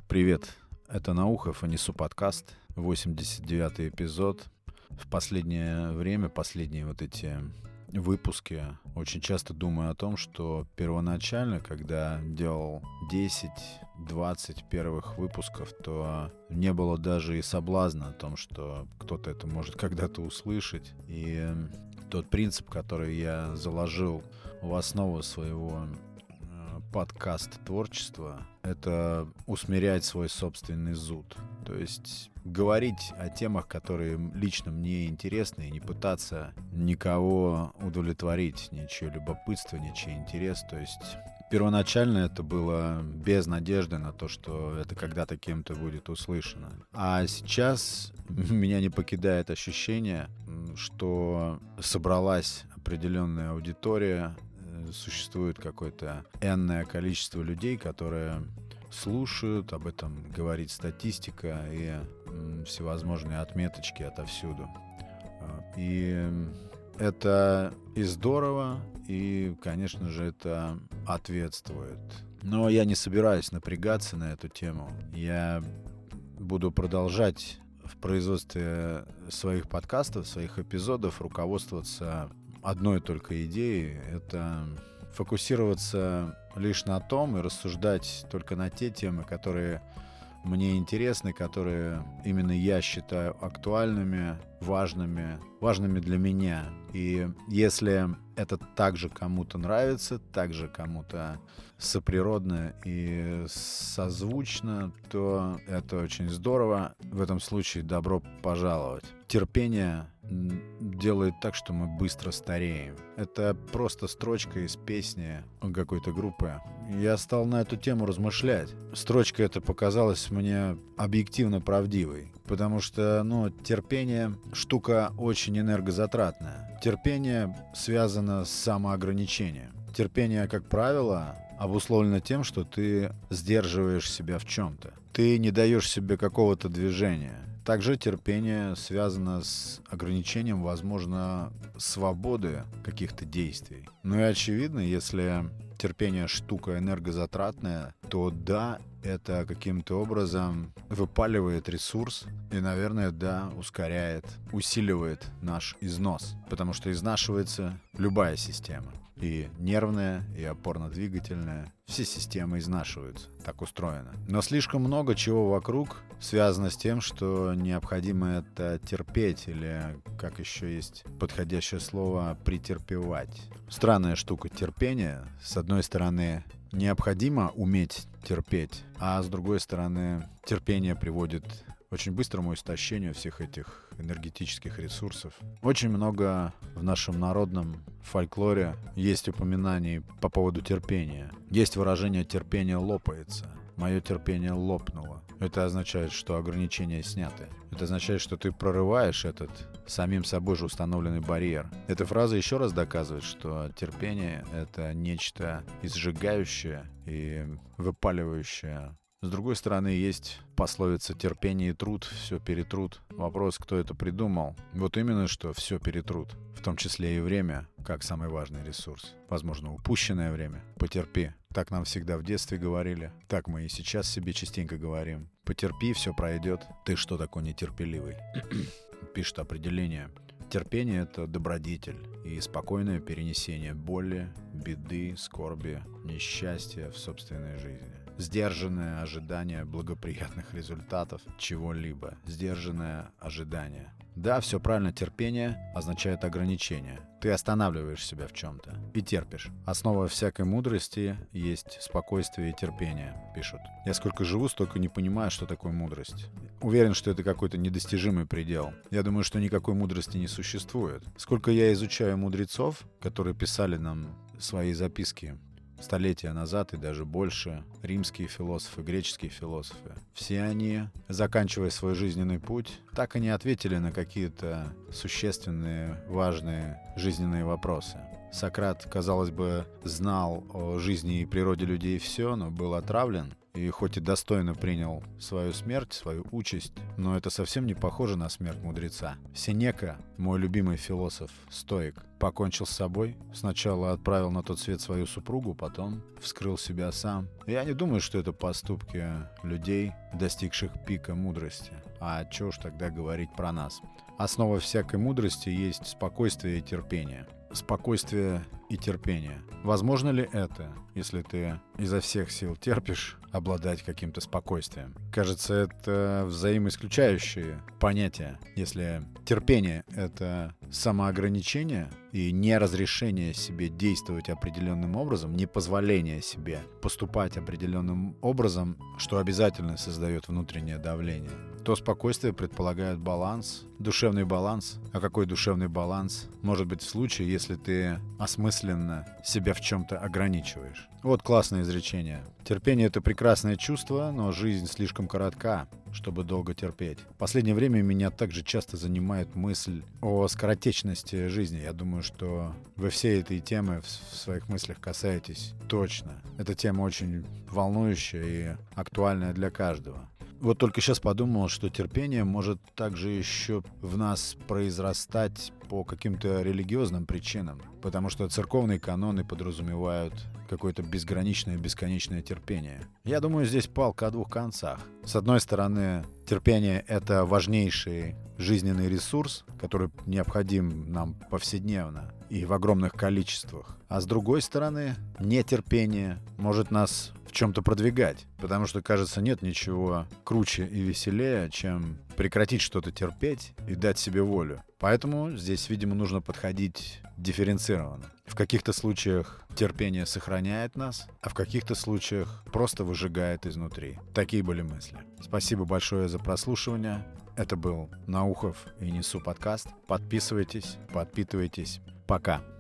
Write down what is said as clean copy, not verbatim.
Привет, это Наухов и Несу подкаст, 89-й эпизод. В последнее время, последние вот эти выпуски, очень часто думаю о том, что первоначально, когда делал 10-20 первых выпусков, то не было даже и соблазна о том, что кто-то это может когда-то услышать. И тот принцип, который я заложил в основу своего подкаст-творчества, это усмирять свой собственный зуд. То есть говорить о темах, которые лично мне интересны, и не пытаться никого удовлетворить, ничье любопытство, ничей интерес. То есть первоначально это было без надежды на то, что это когда-то кем-то будет услышано. А сейчас меня не покидает ощущение, что собралась определенная аудитория, существует какое-то энное количество людей, которые слушают, об этом говорит статистика и всевозможные отметочки отовсюду. И это и здорово, и, конечно же, это ответствует. Но я не собираюсь напрягаться на эту тему. Я буду продолжать в производстве своих подкастов, своих эпизодов руководствоваться одной только идеей — это фокусироваться лишь на том и рассуждать только на те темы, которые мне интересны, которые именно я считаю актуальными, важными для меня. И если это также кому-то нравится, также кому-то соприродно и созвучно, то это очень здорово. В этом случае добро пожаловать. Терпение делает так, что мы быстро стареем. Это просто строчка из песни какой-то группы. Я стал на эту тему размышлять. Строчка эта показалась мне объективно правдивой, потому что, терпение — штука очень энергозатратная. Терпение связано с самоограничением. Терпение, как правило, обусловлено тем, что ты сдерживаешь себя в чем-то. Ты не даешь себе какого-то движения. Также терпение связано с ограничением, возможно, свободы каких-то действий. Ну и очевидно, если терпение — штука энергозатратная, то да, это каким-то образом выпаливает ресурс и, наверное, ускоряет, усиливает наш износ. Потому что изнашивается любая система. И нервная, и опорно-двигательная. Все системы изнашиваются. Так устроено. Но слишком много чего вокруг связано с тем, что необходимо это терпеть, или, как еще есть подходящее слово, претерпевать. Странная штука терпения. С одной стороны, необходимо уметь терпеть, а с другой стороны, терпение приводит к очень быстрому истощению всех этих энергетических ресурсов. Очень много в нашем народном фольклоре есть упоминаний по поводу терпения. Есть выражение «терпение лопается». Мое терпение лопнуло. Это означает, что ограничения сняты. Это означает, что ты прорываешь этот самим собой же установленный барьер. Эта фраза еще раз доказывает, что терпение — это нечто изжигающее и выпаливающее. С другой стороны, есть пословица «терпение и труд все перетрут». Вопрос, кто это придумал. Вот именно, что все перетрут. В том числе и время, как самый важный ресурс. Возможно, упущенное время. Потерпи. Так нам всегда в детстве говорили. Так мы и сейчас себе частенько говорим. Потерпи, все пройдет. Ты что такой нетерпеливый? Пишет определение. Терпение — это добродетель и спокойное перенесение боли, беды, скорби, несчастья в собственной жизни. Сдержанное ожидание благоприятных результатов чего-либо. Сдержанное ожидание. Да, все правильно, терпение означает ограничение. Ты останавливаешь себя в чем-то и терпишь. Основа всякой мудрости есть спокойствие и терпение, пишут. Я сколько живу, столько не понимаю, что такое мудрость. Уверен, что это какой-то недостижимый предел. Я думаю, что никакой мудрости не существует. Сколько я изучаю мудрецов, которые писали нам свои записки столетия назад и даже больше, римские философы, греческие философы, все они, заканчивая свой жизненный путь, так и не ответили на какие-то существенные, важные жизненные вопросы. Сократ, казалось бы, знал о жизни и природе людей все, но был отравлен и хоть и достойно принял свою смерть, свою участь, но это совсем не похоже на смерть мудреца. Сенека, мой любимый философ, стоик, покончил с собой. Сначала отправил на тот свет свою супругу, потом вскрыл себя сам. Я не думаю, что это поступки людей, достигших пика мудрости. А чё уж тогда говорить про нас? Основа всякой мудрости есть спокойствие и терпение. Спокойствие и терпение. Возможно ли это, если ты изо всех сил терпишь, обладать каким-то спокойствием? Кажется, это взаимоисключающие понятия. Если терпение — это самоограничение и неразрешение себе действовать определенным образом, непозволение себе поступать определенным образом, что обязательно создает внутреннее давление, то спокойствие предполагает баланс, душевный баланс. А какой душевный баланс может быть в случае, если ты осмысленно себя в чем-то ограничиваешь? Вот классное изречение. Терпение — это прекрасное чувство, но жизнь слишком коротка, чтобы долго терпеть. В последнее время меня также часто занимает мысль о скоротечности жизни. Я думаю, что вы всей этой темы в своих мыслях касаетесь точно. Эта тема очень волнующая и актуальная для каждого. Вот только сейчас подумал, что терпение может также еще в нас произрастать по каким-то религиозным причинам, потому что церковные каноны подразумевают какое-то безграничное, бесконечное терпение. Я думаю, здесь палка о двух концах. С одной стороны, терпение — это важнейший жизненный ресурс, который необходим нам повседневно и в огромных количествах. А с другой стороны, нетерпение может нас в чем-то продвигать, потому что, кажется, нет ничего круче и веселее, чем прекратить что-то терпеть и дать себе волю. Поэтому здесь, видимо, нужно подходить дифференцированно. В каких-то случаях терпение сохраняет нас, а в каких-то случаях просто выжигает изнутри. Такие были мысли. Спасибо большое за прослушивание. Это был Наухов и Несу подкаст. Подписывайтесь, подпитывайтесь. Пока.